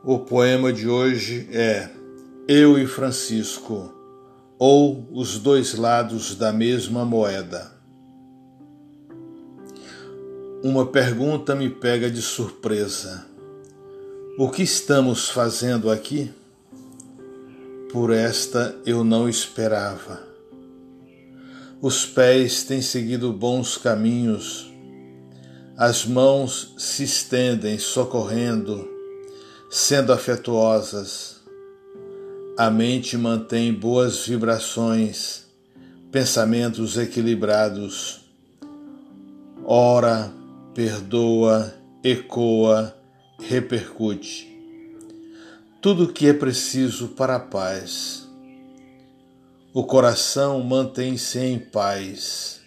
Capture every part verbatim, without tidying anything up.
O poema de hoje é Eu e Francisco, ou Os Dois Lados da Mesma Moeda. Uma pergunta me pega de surpresa. O que estamos fazendo aqui? Por esta eu não esperava. Os pés têm seguido bons caminhos, as mãos se estendem socorrendo, sendo afetuosas. A mente mantém boas vibrações, pensamentos equilibrados. Ora, perdoa, ecoa, repercute. Tudo o que é preciso para a paz. O coração mantém-se em paz.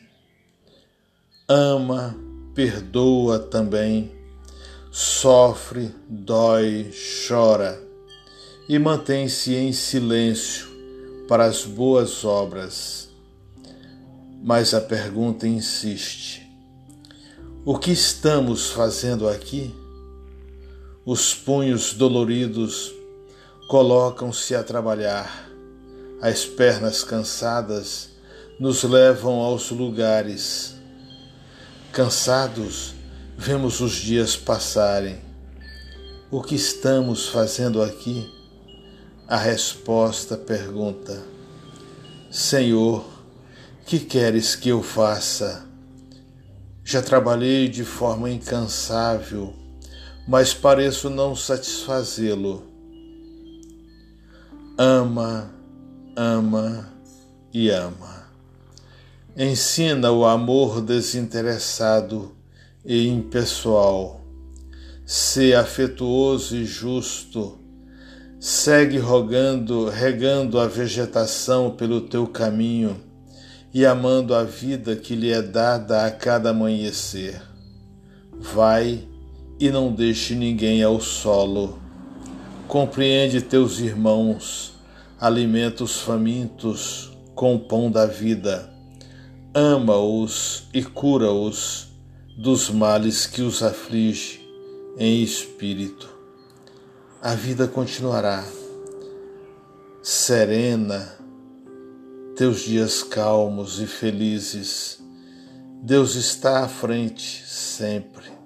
Ama, perdoa também, sofre, dói, chora e mantém-se em silêncio para as boas obras. Mas a pergunta insiste: o que estamos fazendo aqui? Os punhos doloridos colocam-se a trabalhar. As pernas cansadas nos levam aos lugares. Cansados, vemos os dias passarem. O que estamos fazendo aqui? A resposta pergunta: Senhor, que queres que eu faça? Já trabalhei de forma incansável, mas pareço não satisfazê-lo. Ama, ama e ama. Ensina o amor desinteressado e impessoal. Sê afetuoso e justo. Segue rogando, regando a vegetação pelo teu caminho e amando a vida que lhe é dada a cada amanhecer. Vai e não deixe ninguém ao solo. Compreende teus irmãos, alimenta os famintos com o pão da vida. Ama-os e cura-os dos males que os aflige em espírito. A vida continuará serena, teus dias calmos e felizes. Deus está à frente sempre.